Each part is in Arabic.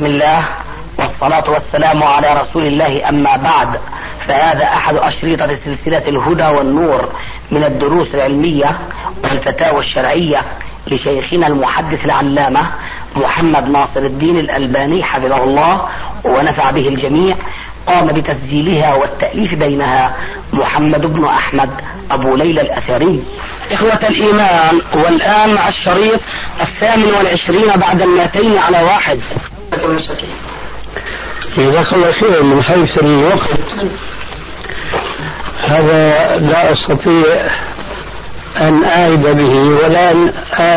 بسم الله والصلاة والسلام على رسول الله، أما بعد، فهذا أحد أشرطة سلسلة الهدى والنور من الدروس العلمية والفتاوى الشرعية لشيخنا المحدث العلامة محمد ناصر الدين الألباني حفظه الله ونفع به الجميع. قام بتسجيلها والتأليف بينها محمد بن أحمد أبو ليلى الأثري. إخوة الإيمان، والآن مع الشريط 28 بعد 200 على 1. جزاك الله خير. من حيث الوقت هذا لا أستطيع أن أعد به ولا أن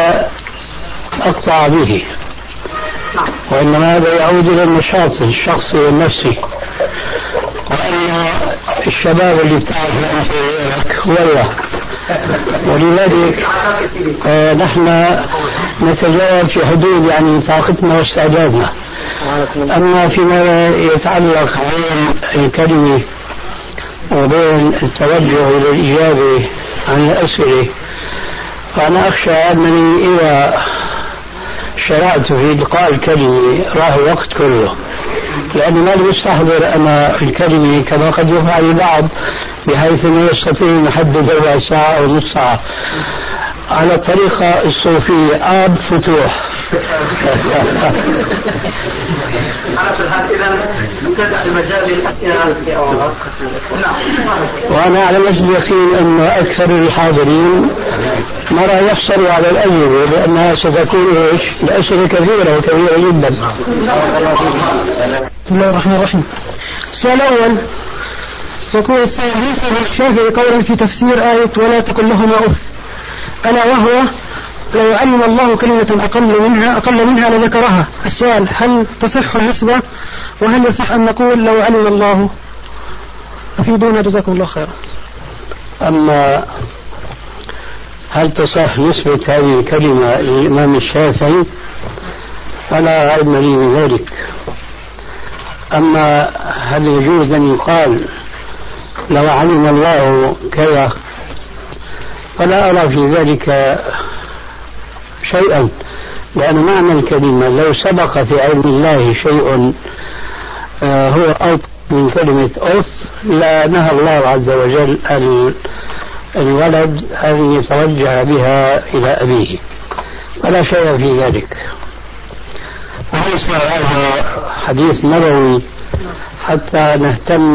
أقطع به، وإنما هذا يعود إلى النشاط الشخصي والنفسي، وأن الشباب اللي بتعرف أنت والله، ولذلك نحن نتجاوب في حدود يعني طاقتنا واستعدادنا. أما فيما يتعلق بين الكلمة وبين التوجه إلى الإجابة عن الأسئلة، فأنا أخشى أنني إذا شرعت في إلقاء الكلمة راح الوقت كله، لأني ما بستحضر أنا الكلمة كما قد يفعل البعض بحيث أنه يستطيع أن يحدد ربع ساعة أو نصف ساعة على الطريقة الصوفية آب فتوح. وأنا على وجه اليقين أن أكثر الحاضرين ما راح يحصلوا على الأجوبة، لأنها ستكون الأسئلة كثيرة وكبيرة جدا. بسم الله الرحمن الرحيم. السؤال الأول يقول السائل: يسأل الشافعي قولا في تفسير آية ولا تقل لهما أف، ألا وهو لو علم الله كلمة أقل منها لذكرها. السؤال: هل تصح النسبة؟ وهل يصح أن نقول لو علم الله؟ أفيدونا جزاكم الله خيرا. أما هل تصح نسبة هذه الكلمة للإمام الشافعي فلا علم لي بذلك. أما هل يجوز أن يقال لو علم الله كذا فلا أرى في ذلك شيئا، لأن معنى الكلمة لو سبق في علم الله شيء هو أوضح من كلمة أف لا نهى الله عز وجل الولد أن يتوجه بها إلى أبيه، فلا شيء في ذلك. وليس هذا حديث نبوي حتى نهتم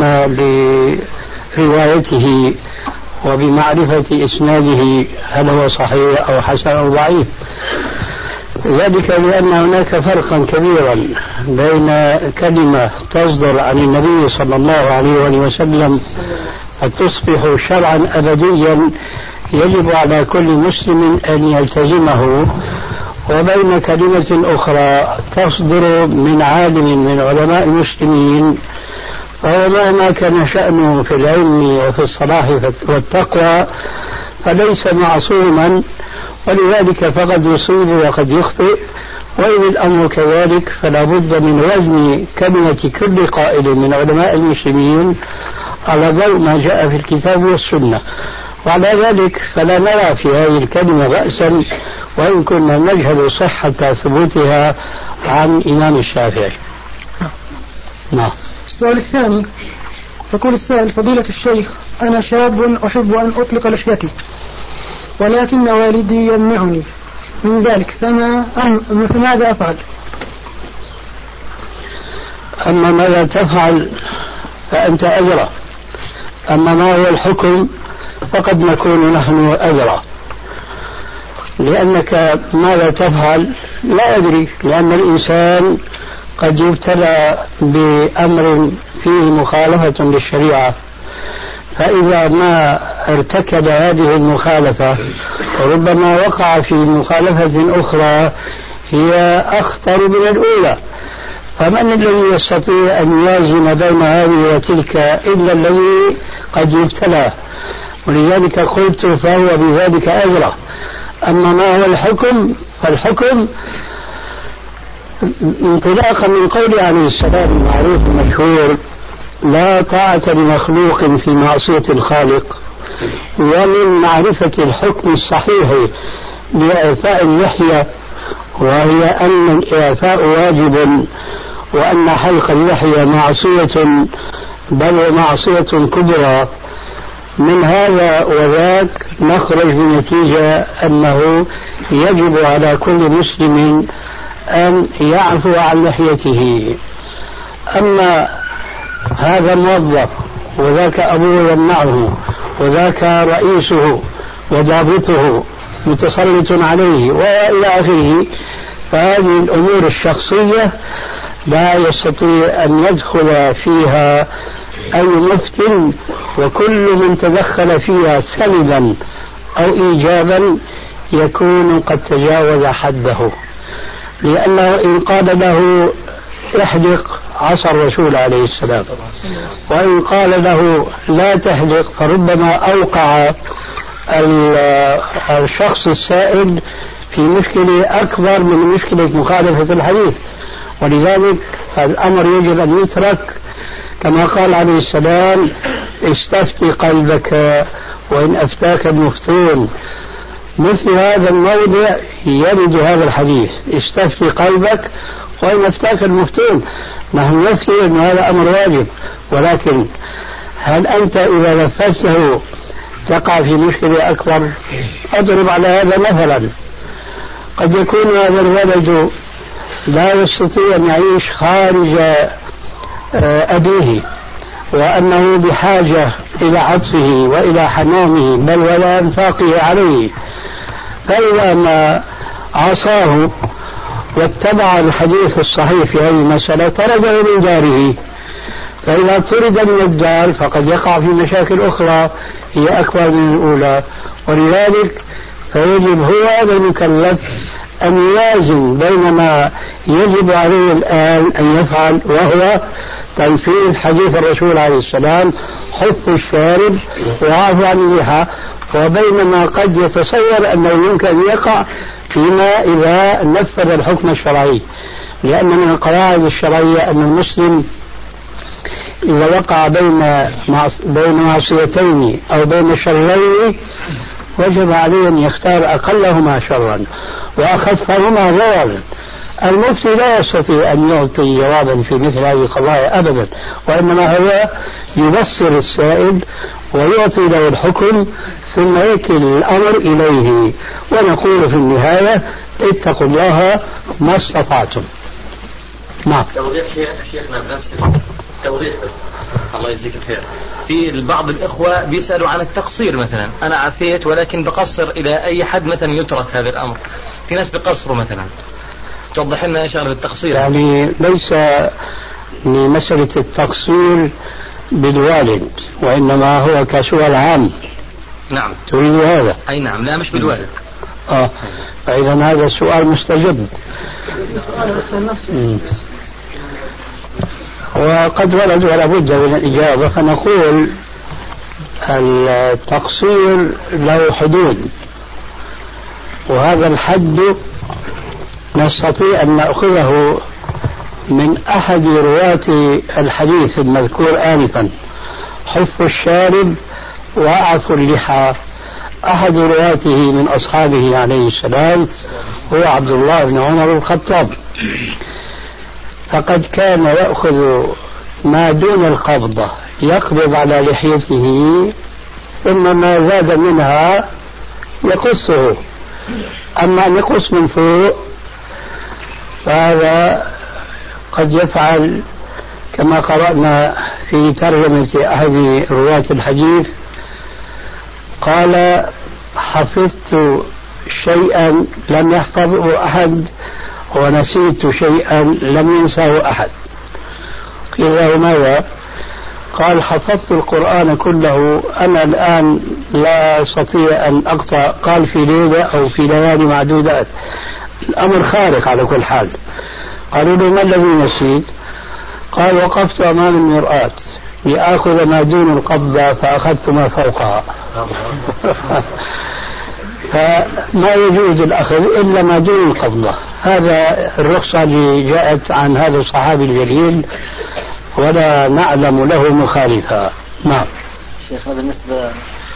بروايته وبمعرفة إسناده هل هو صحيح أو حسن أو ضعيف، ذلك لأن هناك فرقا كبيرا بين كلمة تصدر عن النبي صلى الله عليه وسلم فتصبح شرعا أبديا يجب على كل مسلم أن يلتزمه، وبين كلمة أخرى تصدر من عالم من علماء المسلمين فهو مهما كان شأنه في العلم وفي الصلاح والتقوى فليس معصوما، ولذلك فقد يصيب وقد يخطئ. وإذا الأمر كذلك فلا بد من وزن كلمة كل قائل من علماء المسلمين على ضوء ما جاء في الكتاب والسنة، وعلى ذلك فلا نرى في هذه الكلمة بأسا وإن كنا نجهل صحة ثبوتها عن إمام الشافعي. نعم. السؤال الثاني يقول السائل: فضيلة الشيخ، أنا شاب أحب أن أطلق لحيتي ولكن والدي يمنعني من ذلك، فماذا أفعل؟ أما ماذا تفعل فأنت أدرى، أما ما هو الحكم فقد نكون نحن أدرى، لأنك ماذا تفعل لا أدري، لأن الإنسان قد يبتلى بأمر فيه مخالفة للشريعة، فإذا ما ارتكب هذه المخالفة ربما وقع في مخالفة أخرى هي أخطر من الأولى، فمن الذي يستطيع أن يوازن بين هذه وتلك إلا الذي قد يبتلى، ولذلك قلت فهو بذلك أجرى. أما ما هو الحكم فالحكم انطلاقا من قول عليه السلام المعروف المشهور: لا طاعة لمخلوق في معصية الخالق، ومن معرفة الحكم الصحيح لإعفاء اللحية وهي أن الإعفاء واجب وأن حلق اللحية معصية بل ومعصية كبرى، من هذا وذاك نخرج بنتيجة أنه يجب على كل مسلم أن يعفو عن لحيته. أما هذا موظف وذاك أبوه يمنعه وذاك رئيسه وضابطه متسلط عليه وإلى آخره، فهذه الأمور الشخصية لا يستطيع أن يدخل فيها أي مفتن، وكل من تدخل فيها سلبا أو إيجابا يكون قد تجاوز حده، لأنه إن قال له احلق عصى الرسول عليه السلام، وإن قال له لا تحلق فربما أوقع الشخص السائل في مشكلة أكبر من مشكلة مخالفة الحديث. ولذلك الأمر يجب أن يترك كما قال عليه السلام: استفتي قلبك وإن أفتاك المفتون. مثل هذا الموضع يرد هذا الحديث: استفتي قلبك وإن أفتاك المفتون. نحن نفتي أن هذا أمر واجب، ولكن هل أنت إذا نفذته تقع في مشكلة أكبر؟ أضرب على هذا مثلا: قد يكون هذا الولد لا يستطيع أن يعيش خارج أبيه، وأنه بحاجة إلى عطفه وإلى حنانه بل ولا إنفاقه عليه، فإذا ما عصاه واتبع الحديث الصحيح في هذه المسألة طرده من داره. فإذا طرد من الدار فقد يقع في مشاكل أخرى هي أكبر من الأولى. ولذلك فيجب هو هذا المكلف أن يوازن بين ما يجب عليه الآن أن يفعل، وهو تنفيذ حديث الرسول عليه السلام: حف الشارب وعفو عن اللحى، وبين ما قد يتصور أنه يمكن أن يقع فيما إذا نفذ الحكم الشرعي. لأن من القواعد الشرعية أن المسلم إذا وقع بين معصيتين أو بين شرين وجب عليه أن يختار أقلهما شرا وأخفهما ضررا. المفتي لا يستطيع أن يعطي جوابا في مثل هذه القضايا أبدا، وإنما هو يبصر السائل ويعطي له الحكم ثم يكل الأمر إليه، ونقول في النهاية: اتقوا الله ما استطعتم. نعم. توضيح شيخنا بنفس توضيح بس، الله يجزيك الخير. في بعض الإخوة بيسألوا عن التقصير مثلا: أنا عفيت ولكن بقصر إلى أي حد مثلا يترك هذا الأمر؟ في ناس بقصروا مثلا، توضح لنا إيش هذا التقصير؟ يعني ليس لمسألة التقصير بالوالد، وإنما هو كسؤال عام. نعم. تريد هذا؟ أي نعم. لا مش بالوالد. فإذا هذا السؤال مستجد. وقد ورد ولا بد من الإجابة، فنقول التقصير له حدود، وهذا الحد نستطيع أن نأخذه من أحد رواة الحديث المذكور آنفا: حف الشارب وأعفو اللحى. أحد رواته من أصحابه عليه السلام هو عبد الله بن عمر الخطاب، فقد كان يأخذ ما دون القبضة يقبض على لحيته، ثم ما زاد منها يقصه. أما أن يقص من فوق فهذا قد يفعل كما قرأنا في ترجمة أحد رواة الحديث: قال: حفظت شيئا لم يحفظه أحد ونسيت شيئا لم ينساه أحد. قيل له: ماذا؟ قال: حفظت القرآن كله، أنا الآن لا أستطيع أن أقطع. قال: في ليلة أو في ليالي معدودات. الأمر خارق على كل حال. قالوا له: ما الذي نسيت؟ قال: وقفت أمام المرآة لآخذ ما دون القبضة فأخذت ما فوقها. فما يجوز الأخذ إلا ما دون القبضة. هذا الرخصة اللي جاءت عن هذا الصحابي الجليل، ولا نعلم له مخالفا. نعم. شيخ بالنسبة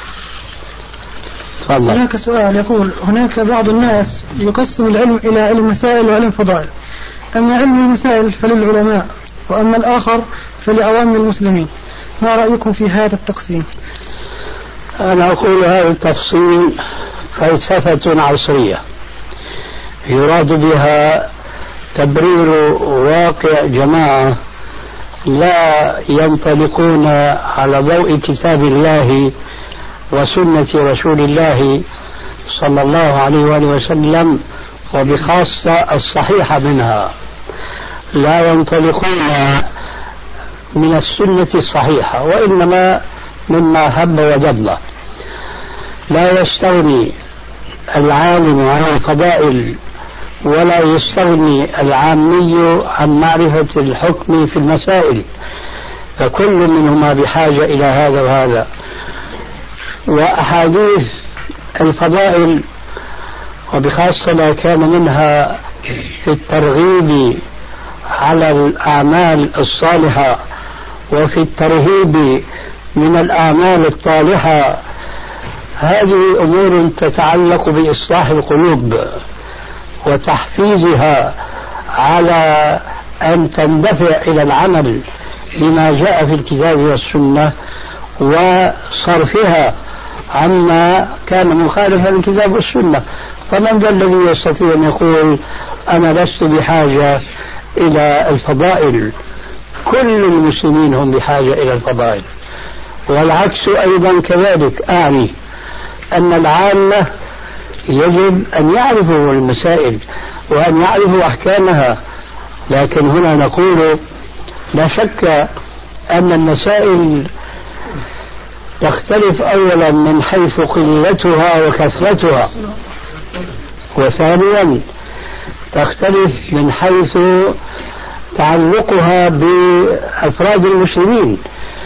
هناك سؤال يقول: هناك بعض الناس يقسم العلم إلى علم مسائل وعلم فضائل. أما علم المسائل فللعلماء، وأما الآخر فلعوام المسلمين. ما رأيكم في هذا التقسيم؟ أنا أقول هذا التفصيل فلسفة عصرية يراد بها تبرير واقع جماعة لا ينطلقون على ضوء كتاب الله وسنة رسول الله صلى الله عليه وآله وسلم، وبخاصة الصحيحة منها. لا ينطلقون من السنة الصحيحة، وإنما مما هب ودب. لا يستغني العالم عن الفضائل، ولا يستغني العامي عن معرفة الحكم في المسائل، فكل منهما بحاجة إلى هذا وهذا. وأحاديث الفضائل وبخاصة ما كان منها في الترغيب على الأعمال الصالحة وفي الترهيب من الأعمال الطالحة، هذه أمور تتعلق بإصلاح القلوب وتحفيزها على أن تندفع إلى العمل لما جاء في الكتاب والسنة، وصرفها عما كان مخالفا للكتاب والسنة. فمن ذا الذي يستطيع أن يقول أنا لست بحاجة إلى الفضائل؟ كل المسلمين هم بحاجة إلى الفضائل، والعكس أيضا كذلك. أعني أن العامة يجب أن يعرفوا المسائل وأن يعرفوا أحكامها، لكن هنا نقول لا شك أن المسائل تختلف أولا من حيث قلتها وكثرتها، وثانيا تختلف من حيث تعلقها بأفراد المسلمين.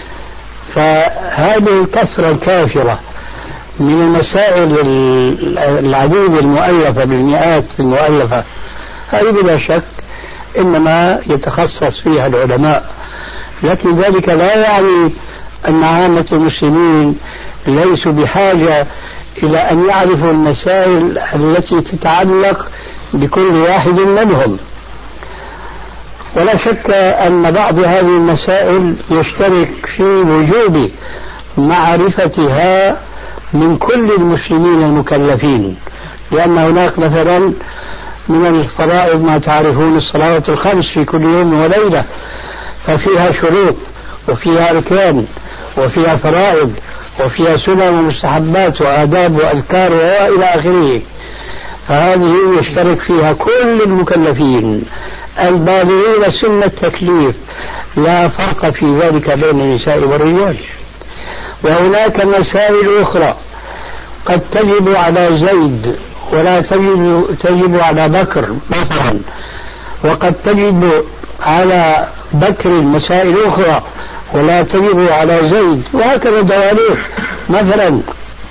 فهذه الكثرة الكافرة من المسائل العديدة المؤلفة بالمئات المؤلفة، هذه بلا شك إنما يتخصص فيها العلماء، لكن ذلك لا يعني أن عامة المسلمين ليسوا بحاجة إلى أن يعرفوا المسائل التي تتعلق بكل واحد منهم. ولا شك أن بعض هذه المسائل يشترك في وجوب معرفتها من كل المسلمين المكلفين، لأن هناك مثلا من الفرائض ما تعرفون الصلاة الخمس في كل يوم وليلة، ففيها شروط وفيها أركان وفيها فرائض وفيها سنن ومستحبات وآداب وأذكار وإلى آخره. فهذه يشترك فيها كل المكلفين البالغين سن التكليف، لا فرق في ذلك بين النساء والرجال. وهناك مسائل أخرى قد تجب على زيد ولا تجب على بكر مثلا، وقد تجب على بكر مسائل أخرى ولا تجب على زيد، وهكذا دواليك. مثلا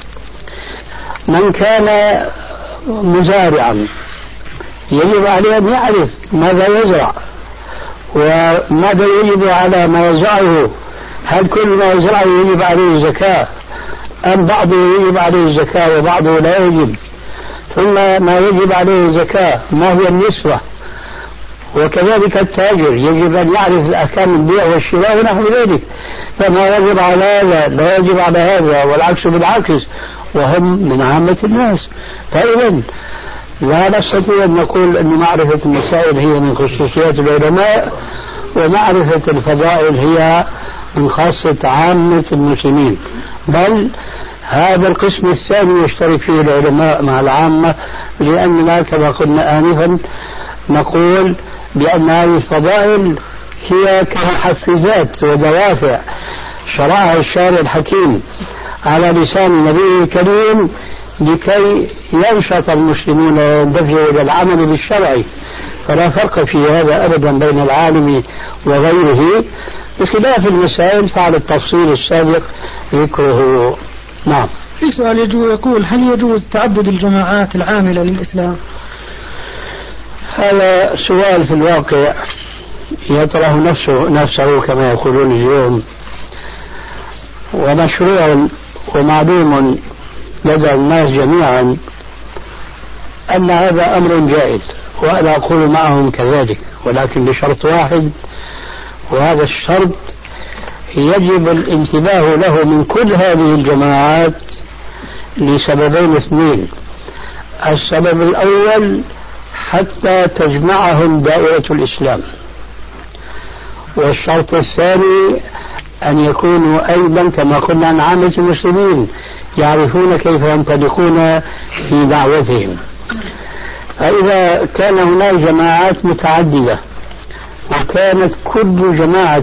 من كان مزارعا يجب عليه أن يعرف ماذا يزرع وماذا يجب على ما يزرعه. هل كل ما يزرعه يجب عليه الزكاة أم بعضه يجب عليه الزكاة وبعضه لا يجب؟ ثم ما يجب عليه الزكاة ما هي النسبة؟ وكذلك التاجر يجب أن يعرف الأحكام البيع والشراء ونحو ذلك، فما يجب على هذا لا يجب على هذا، والعكس بالعكس، وهم من عامة الناس. فإذا لا نستطيع أن نقول أن معرفة المسائل هي من خصوصيات العلماء ومعرفة الفضائل هي من خاصة عامة المسلمين، بل هذا القسم الثاني يشترك فيه العلماء مع العامة، لأننا كما قلنا آنفا نقول بأن هذه الفضائل هي كمحفزات ودوافع شرعها الشارع الحكيم على لسان النبي الكريم لكي ينشط المسلمون ويندفعوا إلى العمل بالشرع. فلا فرق في هذا أبدا بين العالم وغيره، بخلاف المسائل فعلى التفصيل السابق ذكره. نعم. في سؤال يقول هل يجوز تعدد الجماعات العاملة للإسلام؟ هذا سؤال في الواقع يطرح نفسه كما يقولون اليوم، ومشروع ومعلوم لدى الناس جميعا أن هذا أمر جائز وأنا أقول معهم كذلك، ولكن بشرط واحد، وهذا الشرط يجب الانتباه له من كل هذه الجماعات لسببين اثنين. السبب الأول حتى تجمعهم دائرة الإسلام، والشرط الثاني أن يكونوا أيضا كما قلنا عن عامة المسلمين يعرفون كيف ينطلقون في دعوتهم. فإذا كان هناك جماعات متعددة وكانت كل جماعة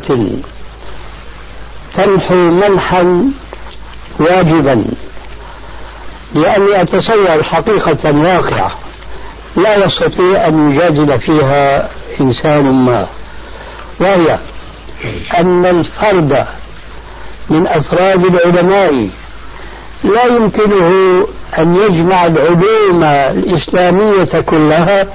تنحو منحا واجبا، لأني أتصور حقيقة واقعة لا يستطيع أن يجادل فيها إنسان ما، وهي أن الفرد من أفراد العلماء لا يمكنه أن يجمع العلوم الإسلامية كلها،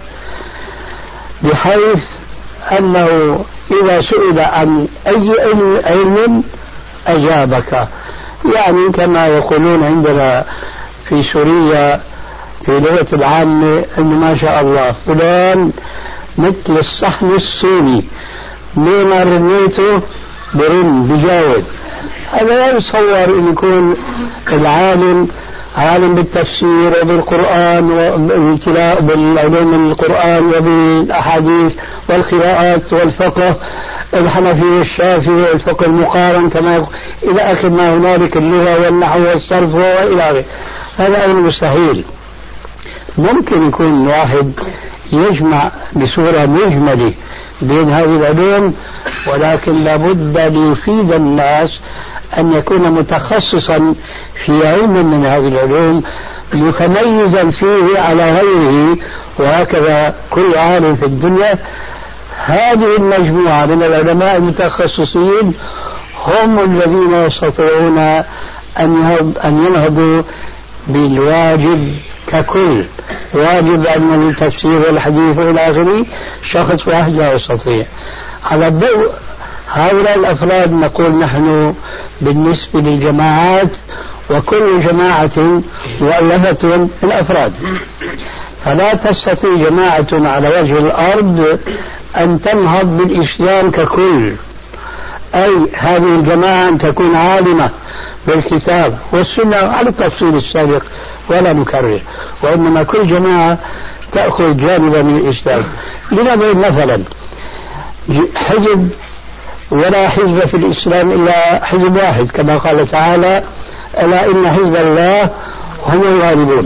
بحيث أنه إذا سئل عن أي علم أجابك. يعني كما يقولون عندنا في سوريا في لغة العامة أنه ما شاء الله فلان مثل الصحن الصيني، مما رميته برن بجاوب. هذا لا يتصور أن يكون العالم عالم بالتفسير وبالقرآن وبالابتلاء بالعلوم القرآن وبالأحاديث والقراءات والفقه الحنفي والشافعي والفقه المقارن كما إلى آخر ما هنالك، اللغة والنحو والصرف وإلى آخره. هذا أمر مستحيل. ممكن يكون واحد يجمع بصورة مجملة بين هذه العلوم، ولكن لابد ليفيد الناس أن يكون متخصصا في علم من هذه العلوم متميزا فيه على غيره، وهكذا كل عالم في الدنيا. هذه المجموعة من العلماء المتخصصين هم الذين يستطيعون أن ينهضوا بالواجب ككل. واجب علم التفسير والحديث والى اخره شخص واحد لا يستطيع. على الضوء هؤلاء الافراد نقول نحن بالنسبه للجماعات، وكل جماعه مؤلفه من افراد، فلا تستطيع جماعه على وجه الارض ان تنهض بالاسلام ككل. اي هذه الجماعه ان تكون عالمه بالكتاب والسنه على التفصيل السابق ولا نكرر، وإنما كل جماعة تأخذ جانبا من الإسلام. لنضرب مثلا حزب، ولا حزب في الإسلام إلا حزب واحد كما قال تعالى ألا إن حزب الله هم الغالبون.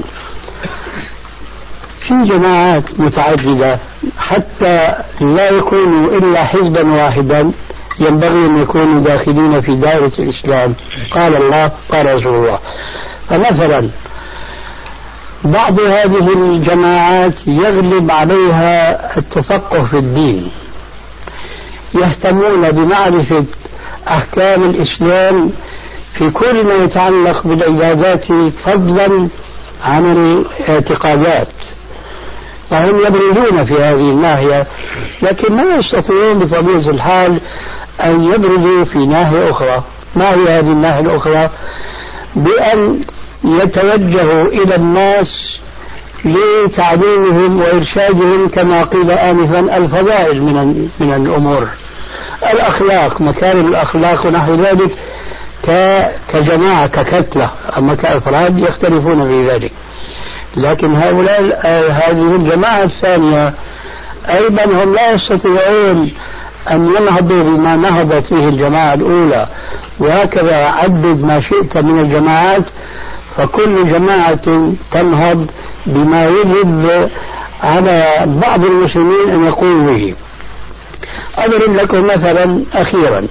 في جماعات متعددة حتى لا يكونوا إلا حزبا واحدا ينبغي أن يكونوا داخلين في دائرة الإسلام، قال الله قال رسول الله. فمثلا بعض هذه الجماعات يغلب عليها التفقه في الدين، يهتمون بمعرفة أحكام الإسلام في كل ما يتعلق بالعبادات فضلا عن الاعتقادات، فهم يبرزون في هذه الناحية، لكن ما يستطيعون بطبيعة الحال أن يبرزوا في ناحية أخرى. ما هي هذه الناحية الأخرى؟ بأن يتوجهوا إلى الناس لتعليمهم وإرشادهم كما قيل آنفا الفضائل من الأمور، الأخلاق، مكارم الأخلاق ونحو ذلك، كجماعة ككتلة. أما كأفراد يختلفون في ذلك. لكن هؤلاء هذه الجماعة الثانية أيضا هم لا يستطيعون أن ينهضوا بما نهضت به الجماعة الأولى، وهكذا عدد ما شئت من الجماعات، فكل جماعة تنهض بما يجب على بعض المسلمين أن يقوموا به. أضرب لكم مثلا أخيرا.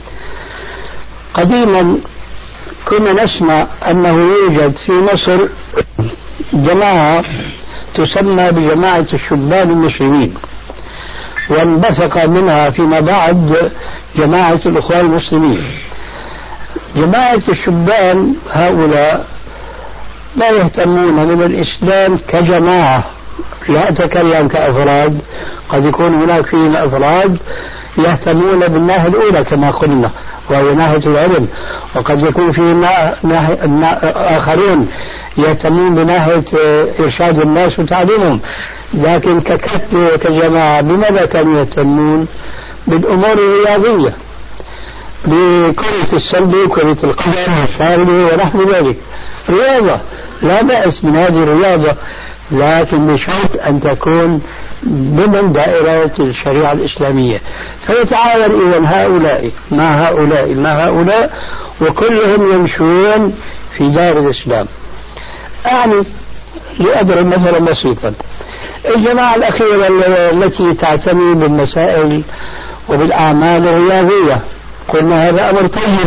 قديما كنا نسمع أنه يوجد في مصر جماعة تسمى بجماعة الشبان المسلمين، وانبثق منها فيما بعد جماعة الأخوان المسلمين. جماعة الشبان هؤلاء لا يهتمون من الإسلام كجماعة، لا أتكلم كأفراد، قد يكون هناك فيهم أفراد يهتمون بالناحية الأولى كما قلنا وهي ناحية العلم، وقد يكون فيهم آخرون يهتمون بناحية إرشاد الناس وتعليمهم، لكن ككتل وكجماعة بماذا كانوا يهتمون؟ بالأمور الرياضية، بكرة السلة وكرة القدم والشاربة ونحو ذلك، رياضة لا بأس من هذه الرياضة، لكن بشرط أن تكون ضمن دائرة الشريعة الإسلامية. فيتعاون إذن هؤلاء مع هؤلاء مع هؤلاء وكلهم يمشون في دار الإسلام. أعني لأضرب مثلا بسيطا، الجماعة الأخيرة التي تعتني بالمسائل وبالأعمال الرياضية، قلنا هذا أمر طيب،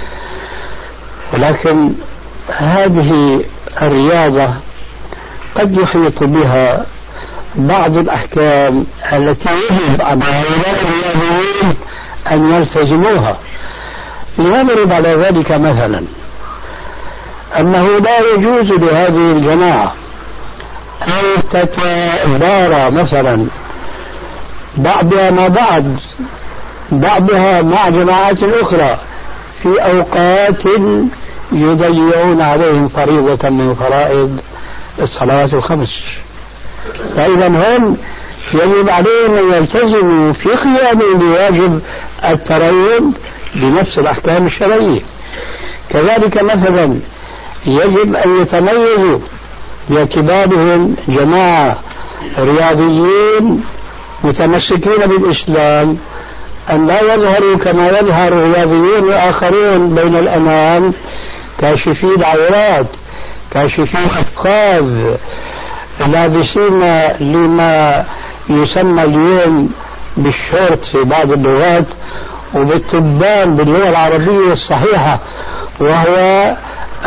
ولكن هذه الرياضة قد يحيط بها بعض الأحكام التي يجب على هؤلاء الرياضيين أن يلتزموها. لنضرب على ذلك مثلا أنه لا يجوز لهذه الجماعة أن تتبارى مثلا بعضها مع بعضها مع جماعات أخرى في أوقات يضيعون عليهم فريضة من فرائض الصلوات الخمس. فإذا هم يجب عليهم أن يلتزموا في قيامهم بواجب التريض بنفس الأحكام الشرعية. كذلك مثلا يجب أن يتميزوا باعتبارهم جماعة رياضيين متمسكين بالإسلام، أن لا يظهروا كما يظهر الرياضيين الآخرون بين الأمام كاشفي العورات، كاشفي الأفخاذ، لابسين لما يسمى اليوم بالشورت في بعض اللغات وبالتبان باللغة العربية الصحيحة، وهو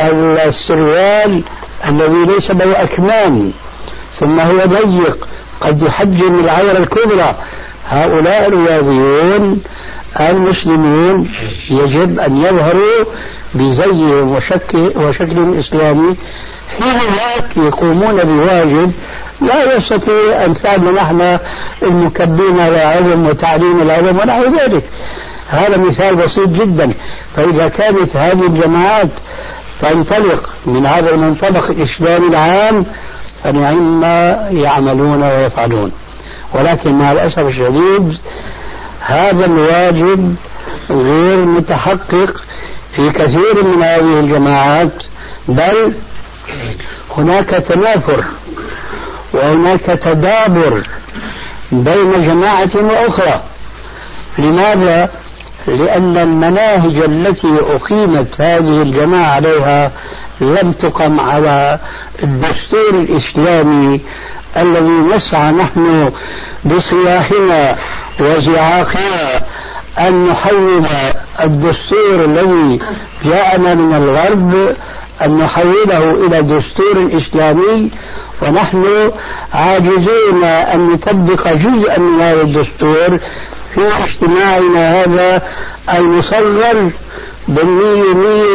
السروال الذي ليس له أكمام ثم هو ضيق قد يحجم العورة الكبرى. هؤلاء الرياضيون المسلمون يجب أن يظهروا بزيهم وشكل إسلامي، حين يقومون بواجب لا يستطيع أمثالنا نحن المكبين على علم وتعليم العلم ونحو ذلك. هذا مثال بسيط جدا. فإذا كانت هذه الجماعات تنطلق من هذا المنطلق الإسلامي العام فنعم ما يعملون ويفعلون، ولكن مع الأسف الشديد هذا الواجب غير متحقق في كثير من هذه الجماعات، بل هناك تنافر وهناك تدابر بين جماعة وأخرى. لماذا؟ لأن المناهج التي أقيمت هذه الجماعة عليها لم تقم على الدستور الإسلامي الذي نسعى نحن بصياحنا وزعاقنا أن نحول الدستور الذي جاءنا من الغرب أن نحوله إلى دستور إسلامي، ونحن عاجزون أن نطبق جزءا من هذا الدستور في اجتماعنا هذا المصغر بالمية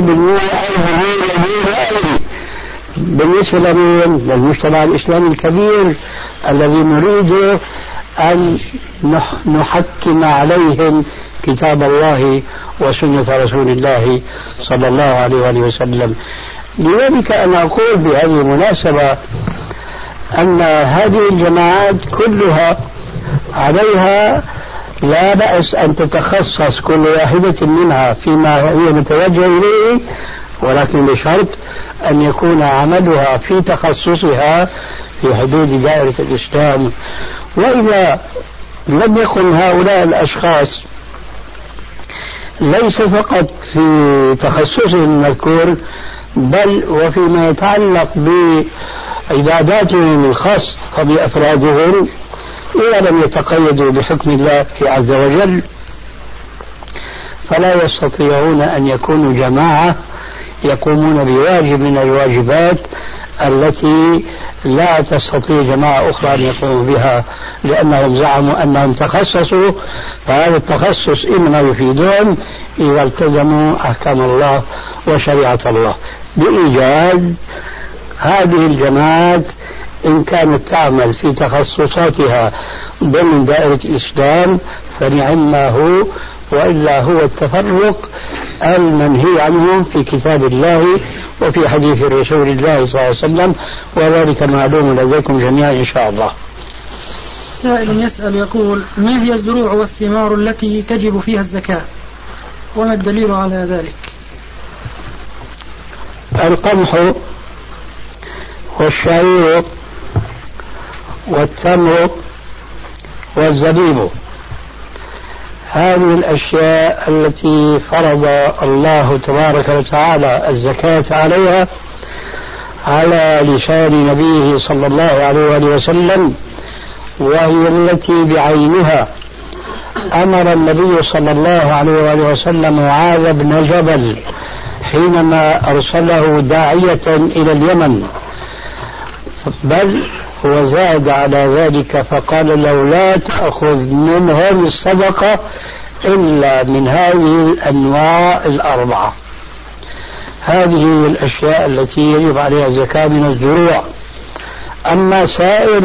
بالنسبة للمجتمع الإسلامي الكبير الذي نريد أن نحكم عليهم كتاب الله وسنة رسول الله صلى الله عليه وآله وسلم. لذلك أنا أقول بهذه المناسبة أن هذه الجماعات كلها عليها لا بأس أن تتخصص كل واحدة منها فيما هي متوجهة إليه، ولكن بشرط أن يكون عملها في تخصصها في حدود دائرة الإسلام. وإذا لم يكن هؤلاء الأشخاص ليس فقط في تخصصهم المذكور بل وفيما يتعلق بعباداتهم الخاصة وبأفرادهم، إذا لم يتقيدوا بحكم الله عز وجل فلا يستطيعون أن يكونوا جماعة يقومون بواجب من الواجبات التي لا تستطيع جماعة أخرى أن يقوموا بها، لأنهم زعموا أنهم تخصصوا، فهذا التخصص إنما يفيدهم إذا التزموا أحكام الله وشريعة الله. بإيجاز هذه الجماعات إن كانت تعمل في تخصصاتها ضمن دائرة الإسلام فنعم ما هو، وإلا هو التفرق المنهي عنه في كتاب الله وفي حديث رسول الله صلى الله عليه وسلم، وذلك معلوم لديكم جميعا إن شاء الله. سائل يسأل يقول: ما هي الزروع والثمار التي تجب فيها الزكاة؟ وما الدليل على ذلك؟ القمح والشعير والتمر والزبيب، هذه الأشياء التي فرض الله تبارك وتعالى الزكاة عليها على لسان نبيه صلى الله عليه وآله وسلم، وهي التي بعينها أمر النبي صلى الله عليه وآله وسلم معاذ بن جبل حينما أرسله داعية إلى اليمن، بل وزاد على ذلك فقال له: لا تأخذ منهم الصدقة إلا من هذه الأنواع الأربعة. هذه الأشياء التي يجب عليها الزكاة من الزروع. أما سائر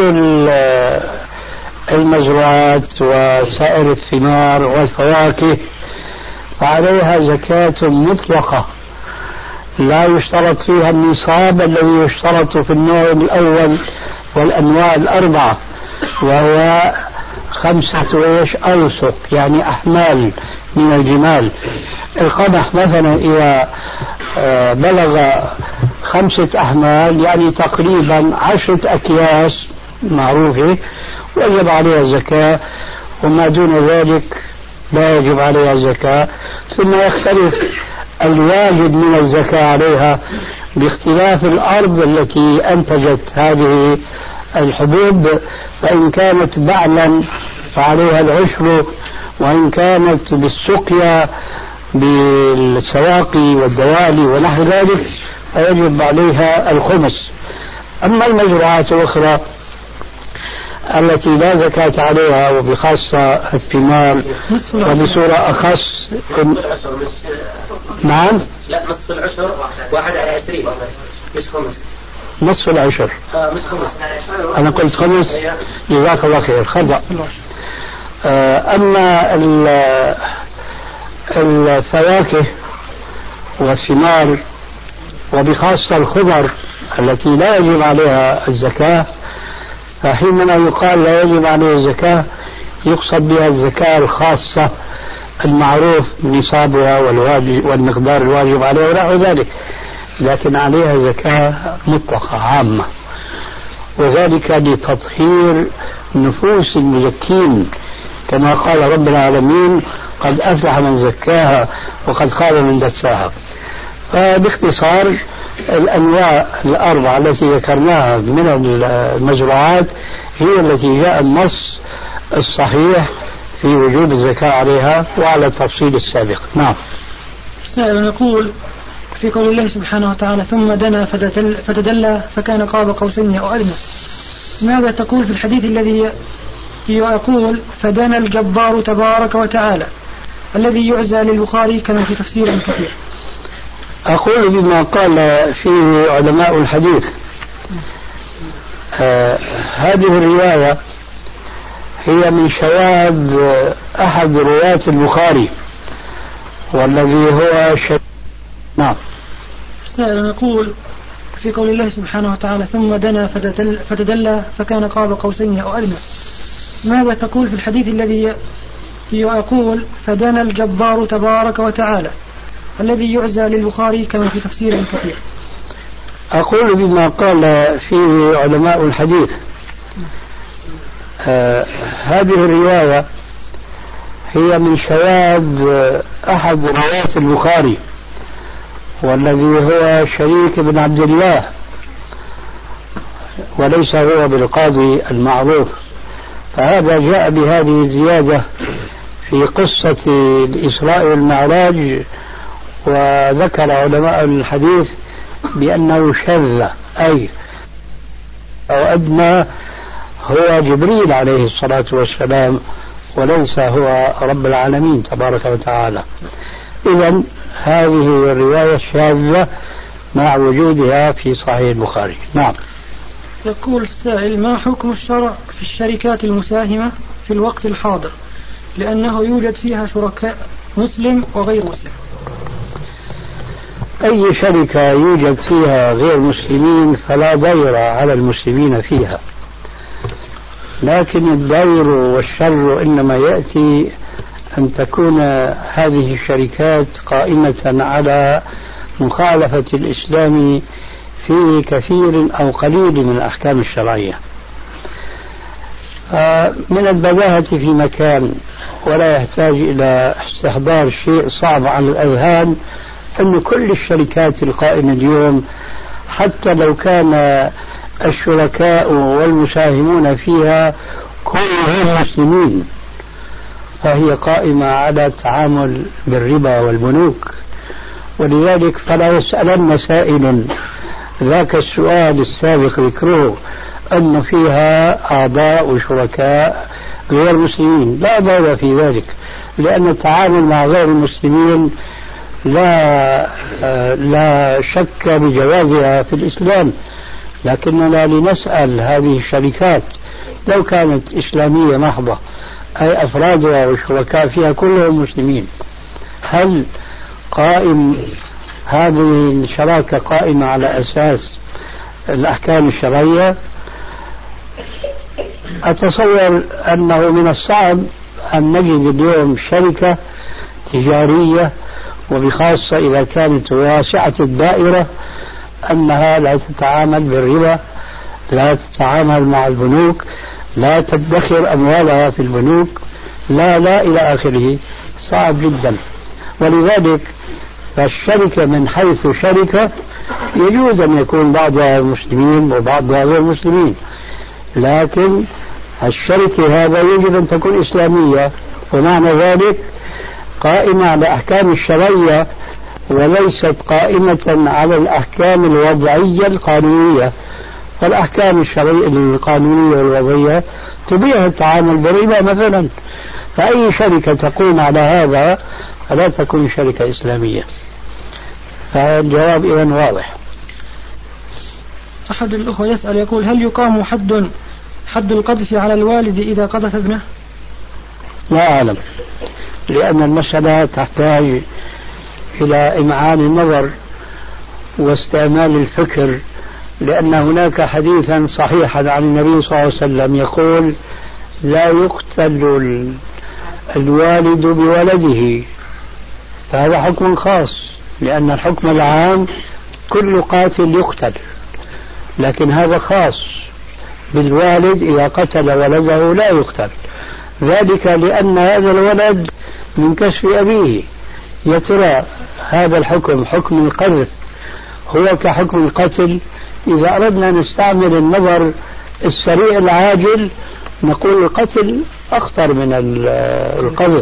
المزروعات وسائر الثمار والفواكه فعليها زكاة مطلقة، لا يشترط فيها النصاب الذي يشترط في النوع الأول والأنواع الأربعة، وهو 5 أوسق، يعني أحمال من الجمال. القمح مثلا إذا بلغ 5 أحمال، يعني تقريبا 10 أكياس معروفة، وجب عليها الزكاة، وما دون ذلك لا يجب عليها الزكاة. ثم يختلف الواجب من الزكاة عليها باختلاف الأرض التي أنتجت هذه الحبوب، فإن كانت بعلا فعليها العشر، وإن كانت بالسقيا بالسواقي والدوالي ونحو ذلك فيجب عليها الخمس. أما المزروعات الأخرى التي لا زكاة عليها، وبخاصة الثمار وبصورة أخص نعم، لا نصف العشر 1/20 مش خمس، نصف العشر مش خمس، أنا قلت خمس، جزاك الله خير، خطأ. أما الفواكه والثمار وبخاصة الخضر التي لا يجب عليها الزكاة، فحينما يقال لا يجب عليها الزكاة يقصد بها الزكاة الخاصة المعروف نصابها والمقدار الواجب عليها ونحو ذلك، لكن عليها زكاة مطلقة عامة، وذلك لتطهير نفوس المزكين، كما قال رب العالمين: قد أفلح من زكاها وقد خاب من دساها. فباختصار الأنواع الأربعة التي ذكرناها من المزروعات هي التي جاء النص الصحيح في وجوب الزكاة عليها وعلى التفصيل السابق. نعم. سائل يقول: في قول الله سبحانه وتعالى: ثم دنا فتدلى فكان قاب قوسين أو أدنى، ماذا تقول في الحديث الذي يقول: فدنا الجبار تبارك وتعالى، الذي يعزى للبخاري كما في تفسير كثير؟ أقول بما قال فيه علماء الحديث. هذه الرواية هي من شواذ أحد رواة البخاري، والذي هو نعم. سائل يقول: في قول الله سبحانه وتعالى: ثم دنا فتدلى فكان قاب قوسين أو أدنى، ماذا تقول في الحديث الذي يقول: فدنا الجبار تبارك وتعالى، الذي يعزى للبخاري كما في تفسير كثير؟ أقول بما قال فيه علماء الحديث. هذه الرواية هي من شواذ أحد رواة البخاري، والذي هو شريك بن عبد الله، وليس هو بالقاضي المعروف. فهذا جاء بهذه الزيادة في قصة الإسراء والمعراج، وذكر علماء الحديث بأنه شذ، أي أو أدنى هو جبريل عليه الصلاة والسلام، وليس هو رب العالمين تبارك وتعالى. إذن هذه الرواية شاذة مع وجودها في صحيح البخاري. نعم. يقول السائل: ما حكم الشرع في الشركات المساهمة في الوقت الحاضر، لأنه يوجد فيها شركاء مسلم وغير مسلم؟ أي شركة يوجد فيها غير مسلمين فلا ضير على المسلمين فيها، لكن الضير والشر إنما يأتي أن تكون هذه الشركات قائمة على مخالفة الإسلام في كثير أو قليل من الأحكام الشرعية. من البداهة في مكان ولا يحتاج إلى استحضار شيء صعب على الأذهان أن كل الشركات القائمة اليوم حتى لو كان الشركاء والمساهمون فيها كلهم مسلمين فهي قائمة على التعامل بالربا والبنوك. ولذلك فلا يسألن سائل ذاك السؤال السابق ذكره أن فيها أعضاء وشركاء غير مسلمين، لا ضير في ذلك، لأن التعامل مع غير المسلمين لا شك بجوازها في الإسلام، لكننا لنسأل هذه الشركات لو كانت إسلامية محضة أي أفرادها والشركاء فيها كلهم مسلمين، هل قائم هذه الشراكة قائمة على أساس الأحكام الشرعية؟ أتصور أنه من الصعب أن نجد اليوم شركة تجارية وبخاصة إذا كانت واسعة الدائرة أنها لا تتعامل بالربا، لا تتعامل مع البنوك، لا تدخر أموالها في البنوك، لا إلى آخره. صعب جدا. ولذلك فالشركة من حيث شركة يجوز أن يكون بعضها مسلمين وبعضها غير مسلمين، لكن الشركة هذا يجب أن تكون إسلامية، ومعنى ذلك قائمة على الأحكام الشرعية وليست قائمة على الأحكام الوضعية القانونية. فالأحكام الشرعية القانونية والوضعية تبيح التعامل بالربا مثلا، فأي شركة تقوم على هذا فلا تكون شركة إسلامية. فالجواب إذن واضح. أحد الأخوة يسأل يقول: هل يقام حد القذف على الوالد إذا قذف ابنه؟ لا أعلم، لأن المسألة تحتاج إلى إمعان النظر واستعمال الفكر، لأن هناك حديثا صحيحا عن النبي صلى الله عليه وسلم يقول: لا يقتل الوالد بولده، فهذا حكم خاص، لأن الحكم العام كل قاتل يقتل، لكن هذا خاص بالوالد، إذا قتل ولده لا يقتل، ذلك لأن هذا الولد من كسب أبيه. يا ترى هذا الحكم حكم القذف هو كحكم القتل؟ إذا أردنا نستعمل النظر السريع العاجل نقول القتل أخطر من القذف،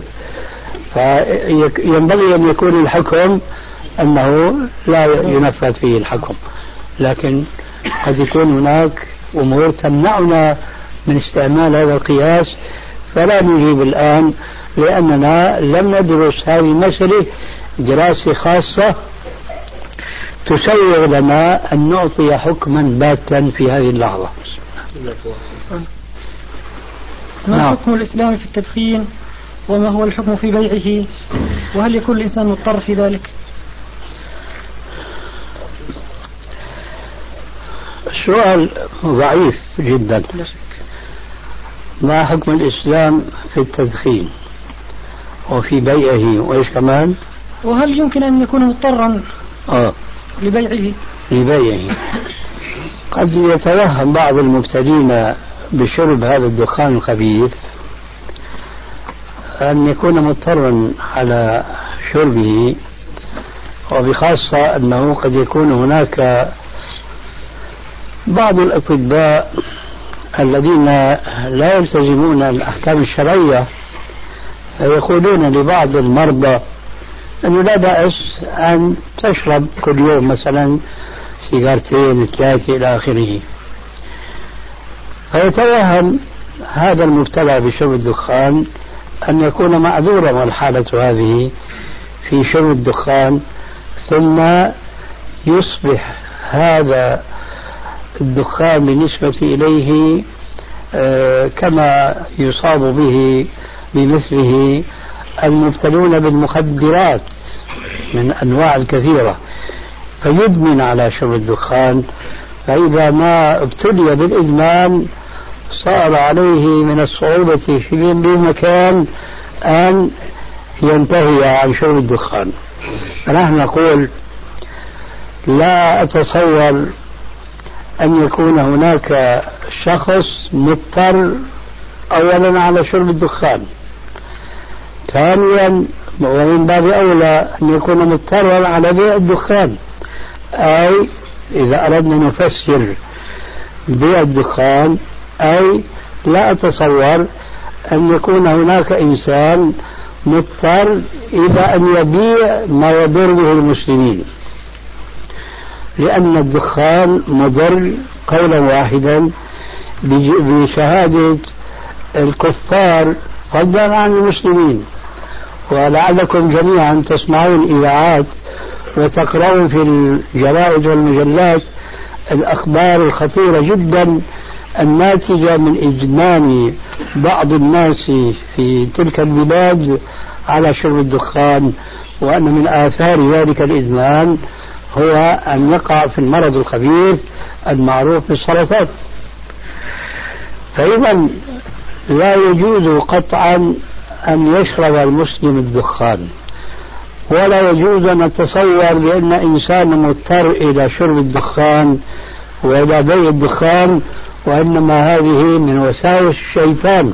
فينبغي أن يكون الحكم أنه لا ينفذ فيه الحكم، لكن قد يكون هناك أمور تمنعنا من استعمال هذا القياس، فلا نجيب الآن لأننا لم ندرس هذه المسألة دراسة خاصة تسوغ لنا أن نعطي حكما باتا في هذه اللحظة. ما حكم الإسلام في التدخين، وما هو الحكم في بيعه، وهل يكون الإنسان مضطر في ذلك؟ السؤال ضعيف جدا. ما حكم الإسلام في التدخين وفي بيعه وإيش كمان؟ وهل يمكن أن يكون مضطرا لبيعه؟ قد يتوهم بعض المبتدين بشرب هذا الدخان الخبيث أن يكون مضطرا على شربه، وبخاصة أنه قد يكون هناك بعض الأطباء الذين لا يلتزمون الأحكام الشرعية يقولون لبعض المرضى أنه لا بأس أن تشرب كل يوم مثلا سيجارتين 3 إلى آخره، فيتوهم هذا المبتلى بشرب الدخان أن يكون معذورا، والحالة هذه في شرب الدخان، ثم يصبح هذا الدخان بالنسبة إليه كما يصاب به بمثله المبتلون بالمخدرات من أنواع الكثيرة، فيدمن على شرب الدخان، فإذا ما ابتلي بالإدمان صار عليه من الصعوبة في بمكان أن ينتهي عن شرب الدخان. فنحن نقول لا أتصور أن يكون هناك شخص مضطر أولا على شرب الدخان، ثانيا ومن باب أولى أن يكون مضطرا على بيع الدخان. أي إذا أردنا نفسر بيع الدخان، أي لا أتصور أن يكون هناك إنسان مضطر إلى أن يبيع ما يضر به المسلمين، لأن الدخان مضر قولا واحدا بشهادة الكفار فضلا عن المسلمين. ولعلكم جميعا تسمعون إذاعات وتقرؤون في الجرائد والمجلات الأخبار الخطيرة جدا الناتجة من إدمان بعض الناس في تلك البلاد على شرب الدخان، وأن من آثار ذلك الإدمان هو أن يقع في المرض الخبيث المعروف بالسرطان. فإذا لا يجوز قطعا أن يشرب المسلم الدخان، ولا يجوز أن نتصور بأن إنسان مضطر إلى شرب الدخان وإلى بيع الدخان، وإنما هذه من وساوس الشيطان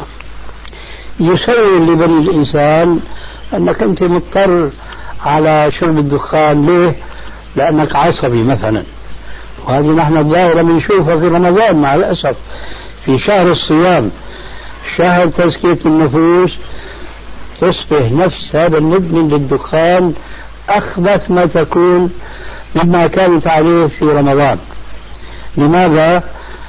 يسول لبني الإنسان أنك أنت مضطر على شرب الدخان. ليه؟ لأنك عصبي مثلا، وهذه نحن الظاهرة بنشوفها في رمضان مع الأسف، في شهر الصيام، شهر تزكية النفوس، تصبح نفس هذا المدمن للدخان أخبث ما تكون مما كانت عليه في رمضان. لماذا؟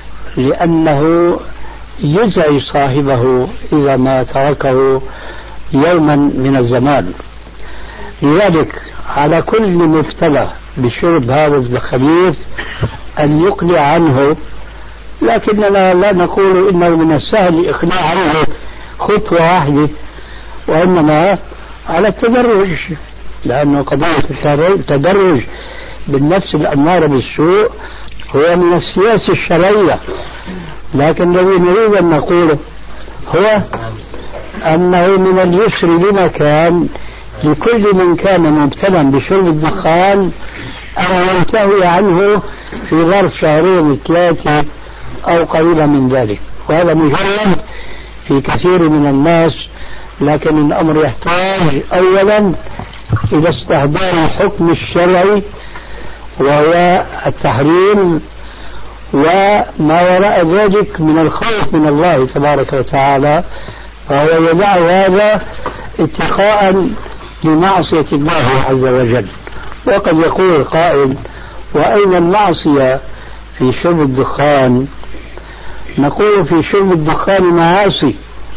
لأنه يزعج صاحبه إذا ما تركه يوما من الزمان. لذلك على كل مبتلى بشرب هذا الخبيث أن يقلع عنه، لكننا لا نقول إنه من السهل الإقلاع عنه خطوة واحدة، وإنما على التدرج، لأنه قضية التدرج بالنفس الأمارة بالسوء هو من السياسة الشرعية. لكن الذي نريد أن نقوله هو أنه من اليسر بمكان لكل من كان مبتلا بشرب الدخان أن ينتهي عنه في ظرف شهرين 3 أو قريبا من ذلك. وهذا مجرد في كثير من الناس، لكن الأمر يحتاج أولا إلى استحضار الحكم الشرعي وهو التحريم، وما وراء ذلك من الخوف من الله تبارك وتعالى، فهو يدع هذا اتقاء لمعصية الله عز وجل. وقد يقول قائل: وأين المعصية في شرب الدخان؟ نقول في شرب الدخان معاصي،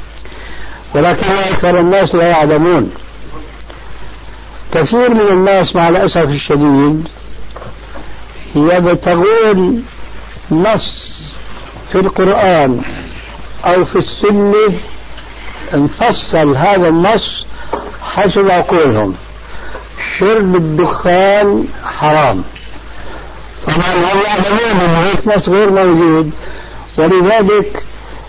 ولكن أكثر الناس لا يعلمون. كثير من الناس مع الأسف الشديد يبتغون نص في القرآن أو في السنة نفصل هذا النص حسب عقولهم. شرب الدخان حرام، طبعا هم يعلمون أن هيك نص غير موجود، ولذلك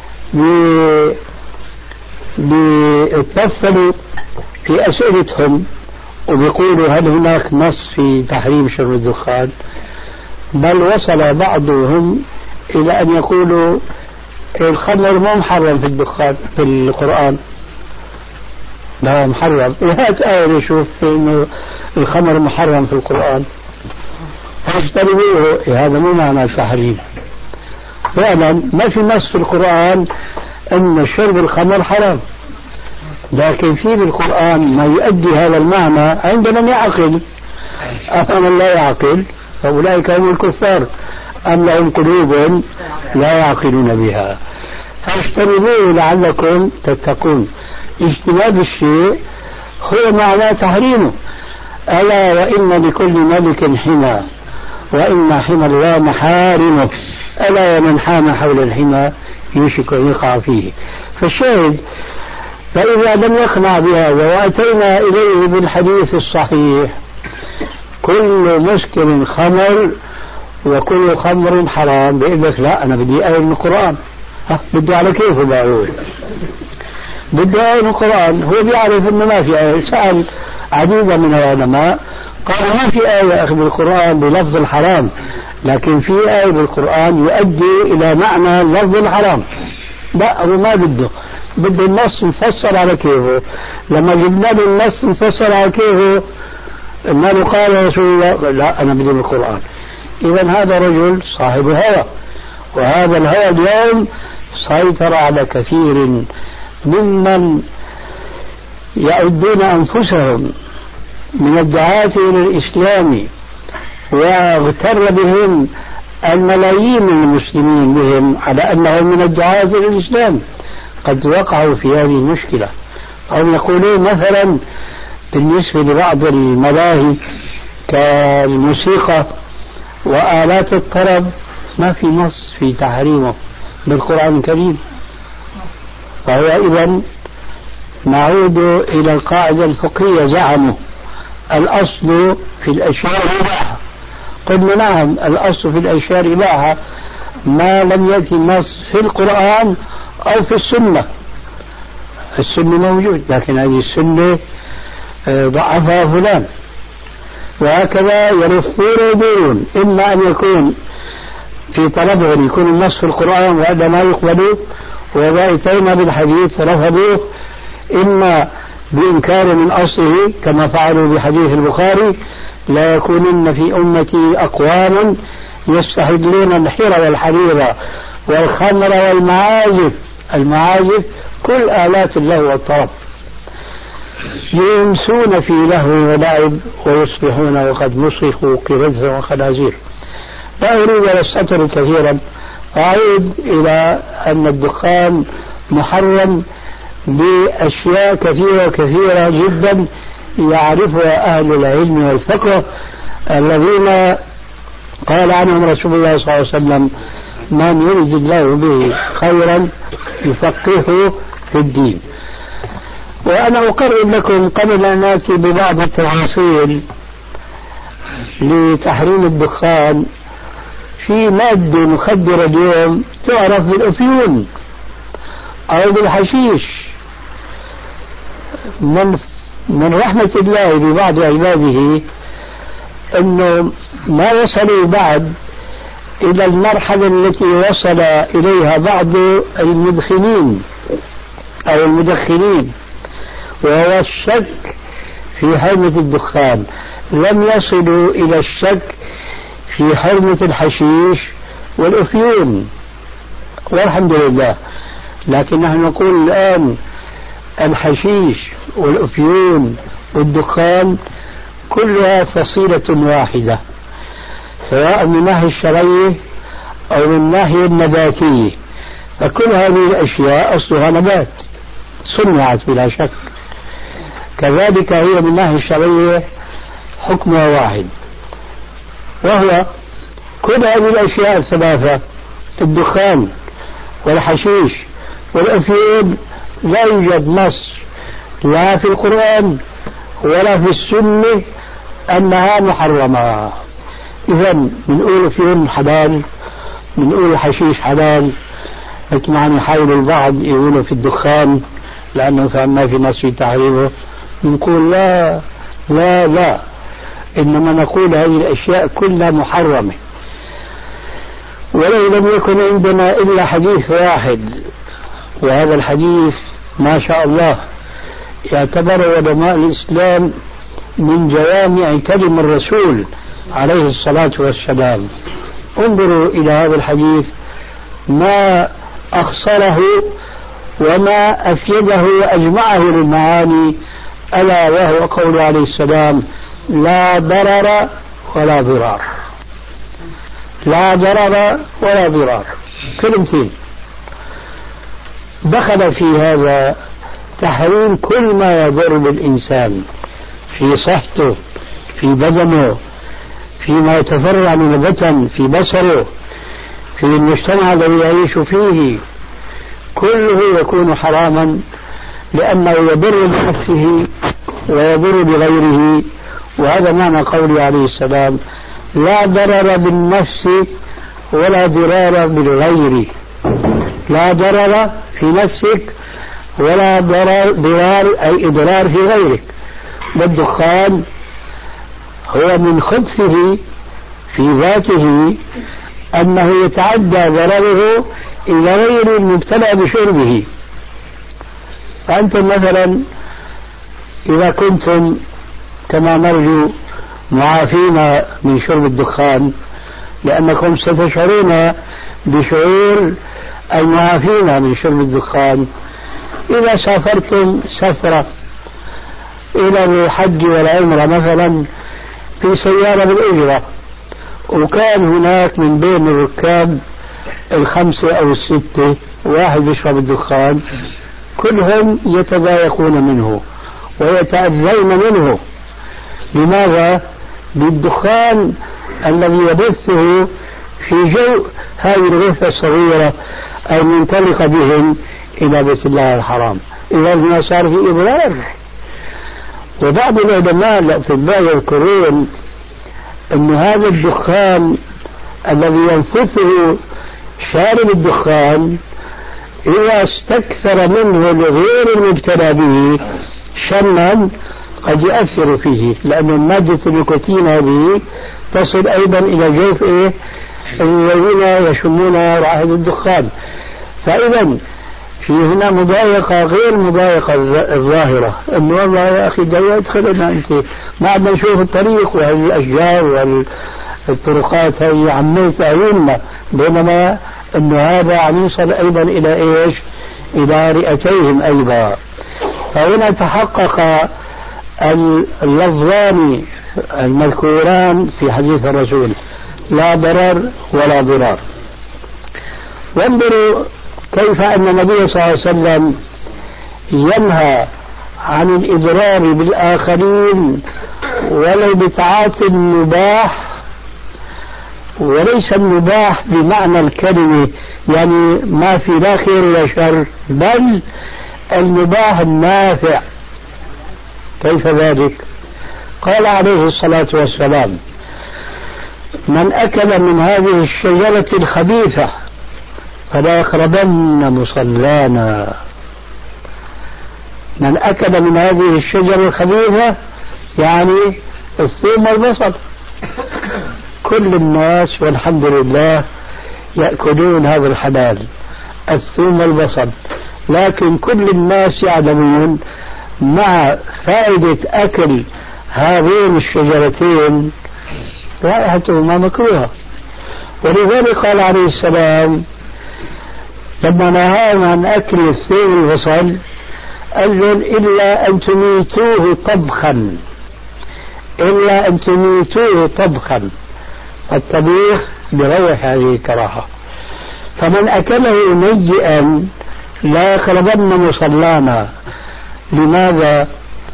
بيتنفلوا في أسئلتهم وبيقولوا هل هناك نص في تحريم شرب الدخان؟ بل وصل بعضهم إلى أن يقولوا الخمر مو محرم في الدخان في القرآن. لا محرم، هات آية نشوف إنه الخمر محرم في القرآن فاجتنبوه. هذا مو معنى التحريم. فعلا ما في نص في القرآن أن شرب الخمر حرام، لكن في بالقرآن ما يؤدي هذا المعنى عند من يعقل. أما من لا يعقل فأولئك هم الكفار، أم لهم قلوب لا يعقلون بها. فاجتنبوه لعلكم تتقون. اجتناب الشيء هو معنى تحريمه. ألا وإن لكل ملك حمى وإن حمى الله محارمه، ألا ومن حام حول الحمى يوشك أن يقع فيه. فالشاهد، فإذا لم يقنع بهذا وأتينا إليه بالحديث الصحيح: كل مسكر خمر وكل خمر حرام، بيقول لك لا أنا بدي آية من القرآن. بده على كيفه بقول، بده آية من القرآن. هو بيعرف انه ما في آية. سأل عديدا من العلماء قالوا ما في آية أخذ بالقرآن بلفظ الحرام، لكن في آية بالقرآن يؤدي إلى معنى لفظ الحرام. لا هو ما بده النص مفسر على كيفه. لما جبنا له النص مفسر على كيفه ما له قال رسول الله لا أنا بدي بالقرآن. إذا هذا رجل صاحب هوى، وهذا الهوى اليوم سيطر على كثير ممن يعدون أنفسهم من الدعاة إلى الإسلام، واغتر بهم الملايين من المسلمين بهم على أنهم من الدعاة إلى الإسلام. قد وقعوا في هذه المشكلة. أو يقولون مثلا بالنسبة لبعض الملاهي كالموسيقى وآلات الطرب ما في نص في تحريمه بالقرآن الكريم. فهو إذن نعود إلى القاعدة الفقهية. زعموا الأصل في الأشياء إباحة. قلنا نعم الأصل في الأشياء إباحة ما لم يأتي النص في القرآن أو في السنة. السنة موجود لكن هذه السنة ضعفها فلان، وهكذا يلفون ويدورون. إما أن يكون في طلبهم يكون النص في القرآن وهذا ما يقبلوه وإذا أتينا بالحديث فرفضوه، إما بإنكار من أصله كما فعلوا بحديث البخاري لا يكونن في أمتي أقوام يستحلون الحر والحرير والخمر والمعازف. المعازف كل آلات اللهو والطرب ينسون في لهو ولعب ويصبحون وقد مسخوا قردة وخنازير. لا أريد أن أستطرد كثيرا، أعود إلى أن الدخان محرم بأشياء كثيرة جدا يعرفها أهل العلم والفقه الذين قال عنهم رسول الله صلى الله عليه وسلم من يريد الله به خيرا يفقهه في الدين. وأنا أقرب لكم قبل أن نأتي ببعض التفاصيل لتحريم الدخان في مادة مخدرة اليوم تعرف بالأفيون أو بالحشيش. من رحمة الله ببعض عباده أنه ما وصلوا بعد إلى المرحلة التي وصل إليها بعض المدخنين أو المدخنين، وهو الشك في حرمة الدخان. لم يصلوا إلى الشك في حرمة الحشيش والأفيون والحمد لله. لكن نحن نقول الآن الحشيش والأفيون والدخان كلها فصيلة واحدة، سواء من الناحية الشرعية أو من الناحية النباتية. فكل هذه الأشياء أصلها نبات صنعت بلا شك، كذلك هي من الناحية الشرعية حكمها واحد، وهو كل هذه الأشياء الثلاثة الدخان والحشيش والأفيون لا يوجد نص لا في القرآن ولا في السنة أنها محرمة. إذن بنقول أفيون حلال، بنقول حشيش حلال، لكن عم يحاول البعض يقولوا في الدخان لأنه ما في نص في تحريمه. نقول لا لا لا، إنما نقول هذه الأشياء كلها محرمة. ولو لم يكن عندنا إلا حديث واحد، وهذا الحديث ما شاء الله يعتبر علماء الإسلام من جوامع كلم الرسول عليه الصلاة والسلام. انظروا إلى هذا الحديث ما أخصره وما أفيده وأجمعه للمعاني، ألا وهو قول عليه السلام لا ضرر ولا ضرار. لا ضرر ولا ضرار، كلمتين. دخل في هذا تحريم كل ما يضر بالإنسان في صحته، في بدنه، فيما يتفرع من البطن، في بصره، في المجتمع الذي يعيش فيه، كله يكون حراما لأنه يضر بنفسه ويضر بغيره. وهذا معنى قوله عليه السلام لا ضرر بالنفس ولا ضرار بالغير. لا ضرر في نفسك ولا ضرار أي إضرار في غيرك. والدخان هو من خبثه في ذاته أنه يتعدى ضرره إلى غير المبتلى بشربه. فأنتم مثلا إذا كنتم كما نرجو معافين من شرب الدخان، لأنكم ستشعرون بشعور المعافين من شرب الدخان إذا سافرتم سفرة إلى الحج والعمرة مثلا في سيارة بالأجرة، وكان هناك من بين الركاب 5 أو 6 واحد يشرب الدخان، كلهم يتضايقون منه ويتأذون منه. لماذا؟ بالدخان الذي يبثه في جو هذه الغرفة الصغيرة المنطلقة بهم إلى بيت الله الحرام. إذا ما صار في إضرار. وبعض العلماء الأطباء يذكرون أن هذا الدخان الذي ينفثه شارب الدخان إذا استكثر منه الغير المبتلى به شما قد يؤثر فيه، لأن مادة النيكوتين هذه تصل أيضا إلى جوف الذين يشمون رائحة الدخان. فإذا في هنا مضايقة غير مضايقة الظاهرة، أنه والله يا أخي ده يدخلنا أنت ما عدنا نشوف الطريق وهذه الأشجار والطرقات هذه عميت أعيننا، بينما أنه هذا عم يصل أيضا إلى إيش؟ إلى رئتيهم أيضا. فهنا تحقق اللفظان المذكوران في حديث الرسول، لا ضرر ولا ضرار. وانظروا كيف أن النبي صلى الله عليه وسلم ينهى عن الإضرار بالآخرين ولو بتعاطي المباح، وليس المباح بمعنى الكلمة يعني ما في لا خير ولا شر، بل المباح النافع. كيف ذلك؟ قال عليه الصلاة والسلام: من أكل من هذه الشجرة الخبيثة فلا يقربن مصلانا. من أكل من هذه الشجرة الخبيثة يعني الثوم والبصل. كل الناس والحمد لله يأكلون هذا الحلال، الثوم والبصل، لكن كل الناس يعلمون مع فائدة أكل هذين الشجرتين رائحتهما مكروهة. ولذلك قال عليه السلام لما نهاهم عن أكل الثوم والبصل قال لهم: إلا أن تميتوه طبخا، إلا أن تميتوه طبخا. الطبيخ بروح هذه الكراهة. فمن أكله نيئا لا يقربن مصلانا. لماذا؟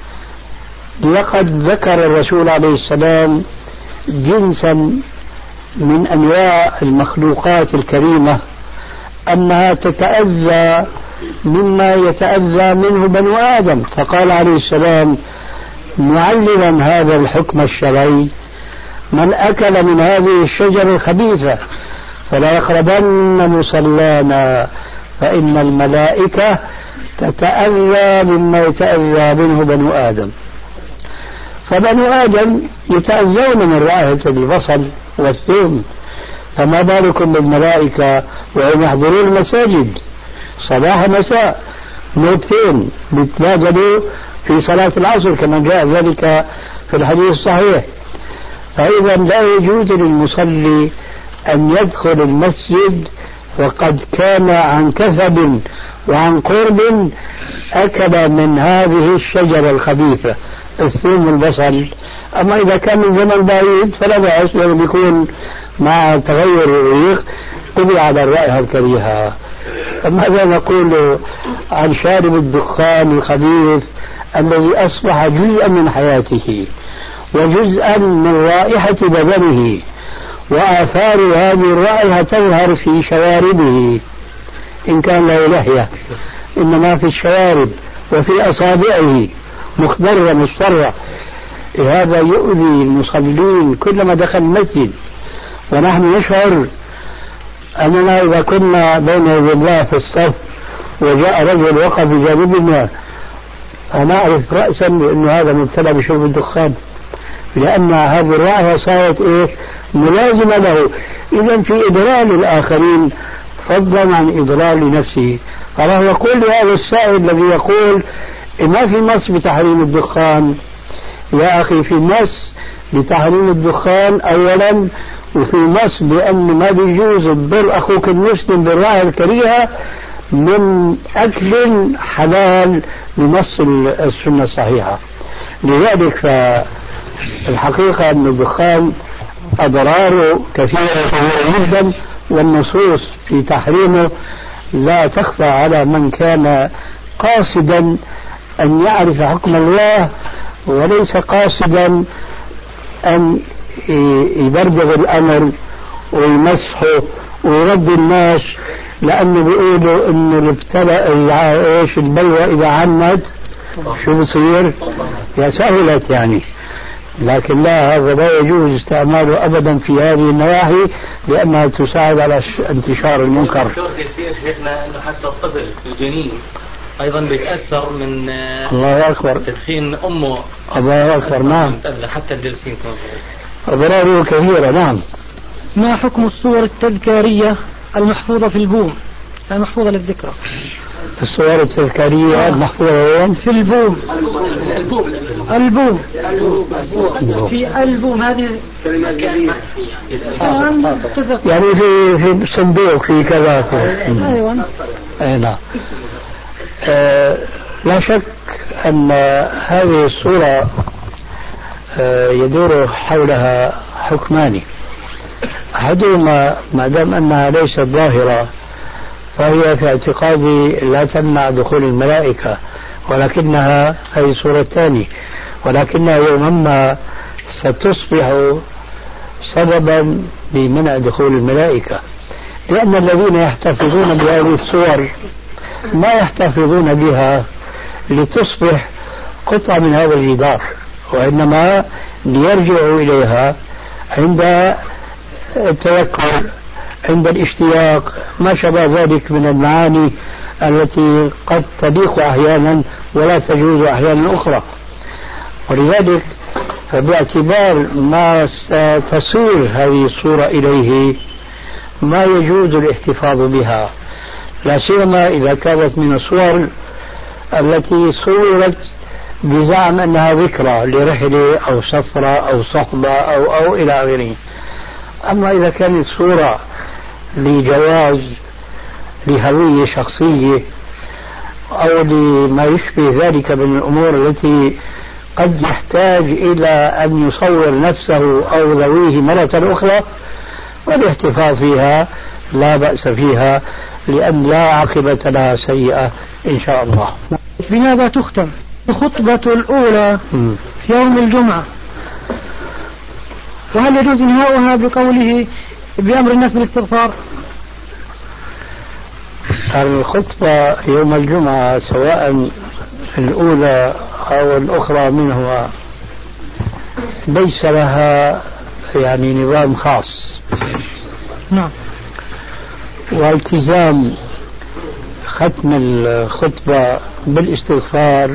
لقد ذكر الرسول عليه السلام جنسا من أنواع المخلوقات الكريمة أنها تتأذى مما يتأذى منه بنو آدم، فقال عليه السلام معلما هذا الحكم الشرعي: من أكل من هذه الشجرة الخبيثة فلا يقربن مصلانا فإن الملائكة تتأذى مما يتأذى منه بنو آدم. فبنو آدم يتأذون من رائحة البصل والثوم، فما بالكم بالملائكة وهم يحضرون المساجد صباح مساء نوبتين بيتبادلوا في صلاة العصر كما جاء ذلك في الحديث الصحيح. فإذا لا يجوز للمصلي أن يدخل المسجد وقد كان عن كسب وعن قرب أكل من هذه الشجرة الخبيثة الثوم والبصل. أما إذا كان من زمن بعيد فلا بأس، لأنه بيكون مع تغير الريق قضي على الرائحة الكريهة. فماذا نقول عن شارب الدخان الخبيث الذي أصبح جزءا من حياته وجزءا من رائحة بدنه، وآثار هذه الرائحة تظهر في شواربه إن كان له لحية، إنما في الشوارب وفي أصابعه مخضرة مصفرة. هذا يؤذي المصلين كلما دخل المسجد، ونحن نشعر أننا إذا كنا بين يدي الله في الصف وجاء رجل وقف بجانبنا فنعرف رأسا بأن هذا مبتلى بشرب الدخان، لأن هذه الرائحة صارت ملازمة له. إذا في إضلال الآخرين فضلا عن إضلال نفسه. فله يقول لهذا السائل الذي يقول ما في نص بتحريم الدخان، يا أخي في نص بتحريم الدخان أولا، وفي نص بأن ما بيجوز تضر أخوك المسلم بالرائحة الكريهة من أكل حلال بنص السنة الصحيحة. لذلك فالحقيقة أن الدخان أضراره كثيرة جدا، والنصوص في تحريمه لا تخفى على من كان قاصدا أن يعرف حكم الله وليس قاصدا أن يبرد الأمر ويمسحه ويرد الناس، لأنه بيقولوا إنه البلوى إذا عمت شو بصير؟ يا سهلت يعني. لكن لا، هذا لا يجوز استعماله أبدا في هذه النواحي لأنها تساعد على انتشار المنكر. شيخنا أنه حتى الطفل الجنين أيضا بيتأثر من الله أكبر تدخين أمه. الله أكبر. نعم، حتى الجلسين أضراره كثيرة. نعم. ما حكم الصور التذكارية المحفوظة في البوم، المحفوظة للذكرى؟ الصور التذكارية المحفوظة وين؟ في البوم. البوم في البوم هذه يعني في صندوق في كذا. أيوة. نعم. لا شك أن هذه الصورة يدور حولها حكمان. أحدهما ما دام أنها ليست ظاهرة فهي في اعتقادي لا تمنع دخول الملائكة، ولكنها هذه صورة ثانية، ولكنها يوما ما ستصبح سببا بمنع دخول الملائكة، لأن الذين يحتفظون بهذه الصور ما يحتفظون بها لتصبح قطعة من هذا الجدار، وإنما ليرجعوا إليها عند التذكر، عند الاشتياق، ما شابه ذلك من المعاني التي قد تليق أحيانا ولا تجوز أحيانا أخرى. ولذلك فباعتبار ما ستسير هذه الصورة إليه ما يجوز الاحتفاظ بها، لا سيما إذا كانت من الصور التي صورت بزعم أنها ذكرى لرحلة أو سفرة أو صحبة أو إلى آخره. أما إذا كانت صورة لجواز لهوية شخصية أو لما يشبه ذلك من الأمور التي قد يحتاج إلى أن يصور نفسه أو ذويه مرة أخرى، والاحتفاظ فيها لا بأس فيها، لأن لا عاقبة لها سيئة إن شاء الله. بماذا تختم الخطبة الأولى في يوم الجمعة؟ وهل يجوز إنهاؤها بقوله بأمر الناس بالاستغفار؟ الخطبة يوم الجمعة سواء الأولى أو الأخرى منها ليس لها يعني نظام خاص. نعم. والتزام ختم الخطبة بالاستغفار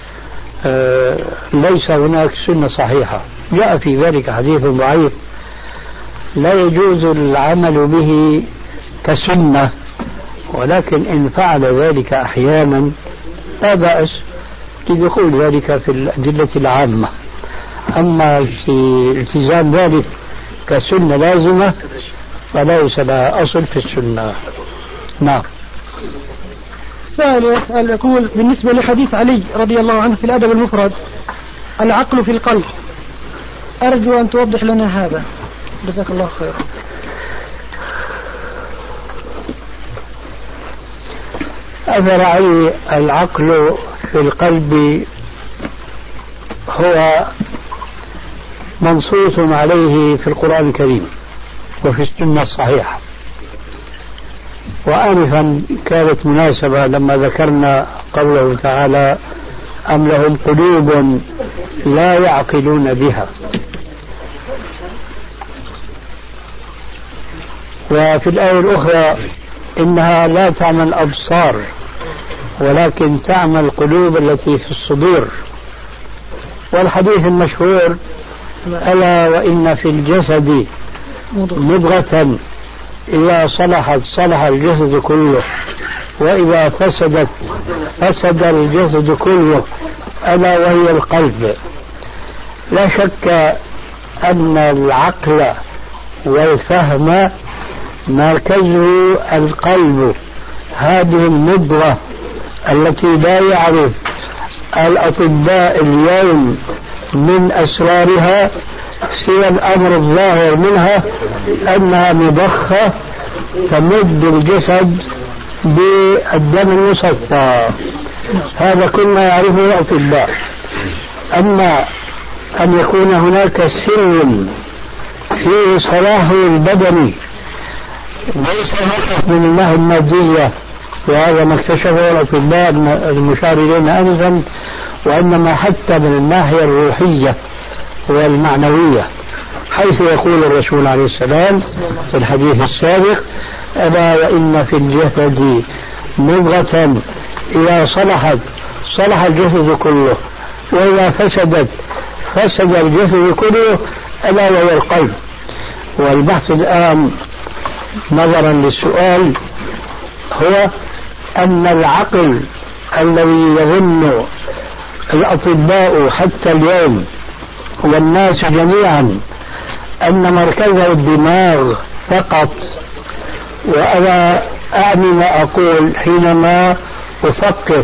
ليس هناك سنة صحيحة، جاء في ذلك حديث ضعيف لا يجوز العمل به كسنة، ولكن إن فعل ذلك أحيانا لا بأس لدخول ذلك في الأدلة العامة. أما في التزام ذلك كسنة لازمة فليس لها أصل في السنة. نعم. سائل يسأل يقول بالنسبة لحديث علي رضي الله عنه في الأدب المفرد العقل في القلب، أرجو أن توضح لنا هذا، جزاك الله خيرا. أثر علي العقل في القلب هو منصوص عليه في القرآن الكريم وفي السنة الصحيحة. وآنفا كانت مناسبة لما ذكرنا قوله تعالى أم لهم قلوب لا يعقلون بها. وفي الآية الأخرى إنها لا تعمل الأبصار ولكن تعمل القلوب التي في الصدور. والحديث المشهور ألا وإن في الجسد مضغة إذا صلحت صلح الجسد كله وإذا فسدت فسد الجسد كله ألا وهي القلب. لا شك أن العقل والفهم مركزه القلب، هذه المضغة التي لا يعرف الأطباء اليوم من أسرارها سوى الأمر الظاهر منها أنها مضخة تمد الجسد بالدم المصفى. هذا كل ما يعرفه الأطباء. أما أن يكون هناك سر في صلاحه البدني ليس فقط من الناحية المادية، وهذا ما اكتشفه الأطباء المشار إلينا آنفا، وإنما حتى من الناحية الروحية والمعنوية، حيث يقول الرسول عليه السلام في الحديث السابق ألا وإن في الجسد مضغة إذا صلحت صلح الجسد كله وإذا فسدت فسد الجسد كله ألا وهي القلب. والبحث الآن نظرا للسؤال هو أن العقل الذي يظن الأطباء حتى اليوم والناس جميعا أن مركزه الدماغ فقط، وأنا أعني ما أقول حينما أفقط،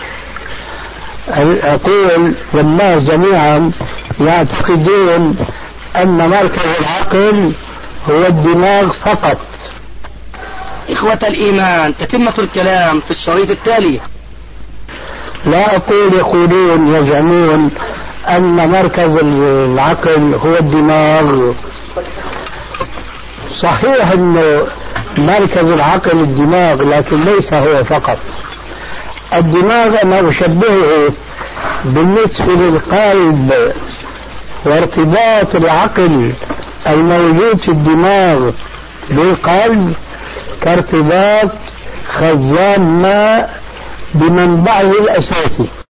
أقول والناس جميعا يعتقدون أن مركز العقل هو الدماغ فقط. إخوة الإيمان، تتمة الكلام في الشريط التالي. لا أقول يقولون يزعمون أن مركز العقل هو الدماغ. صحيح أن مركز العقل الدماغ، لكن ليس هو فقط. الدماغ أنا أشبهه بالنسبة للقلب وارتباط العقل الموجود في الدماغ بالقلب كارتباط خزان ماء بمنبعه الأساسي.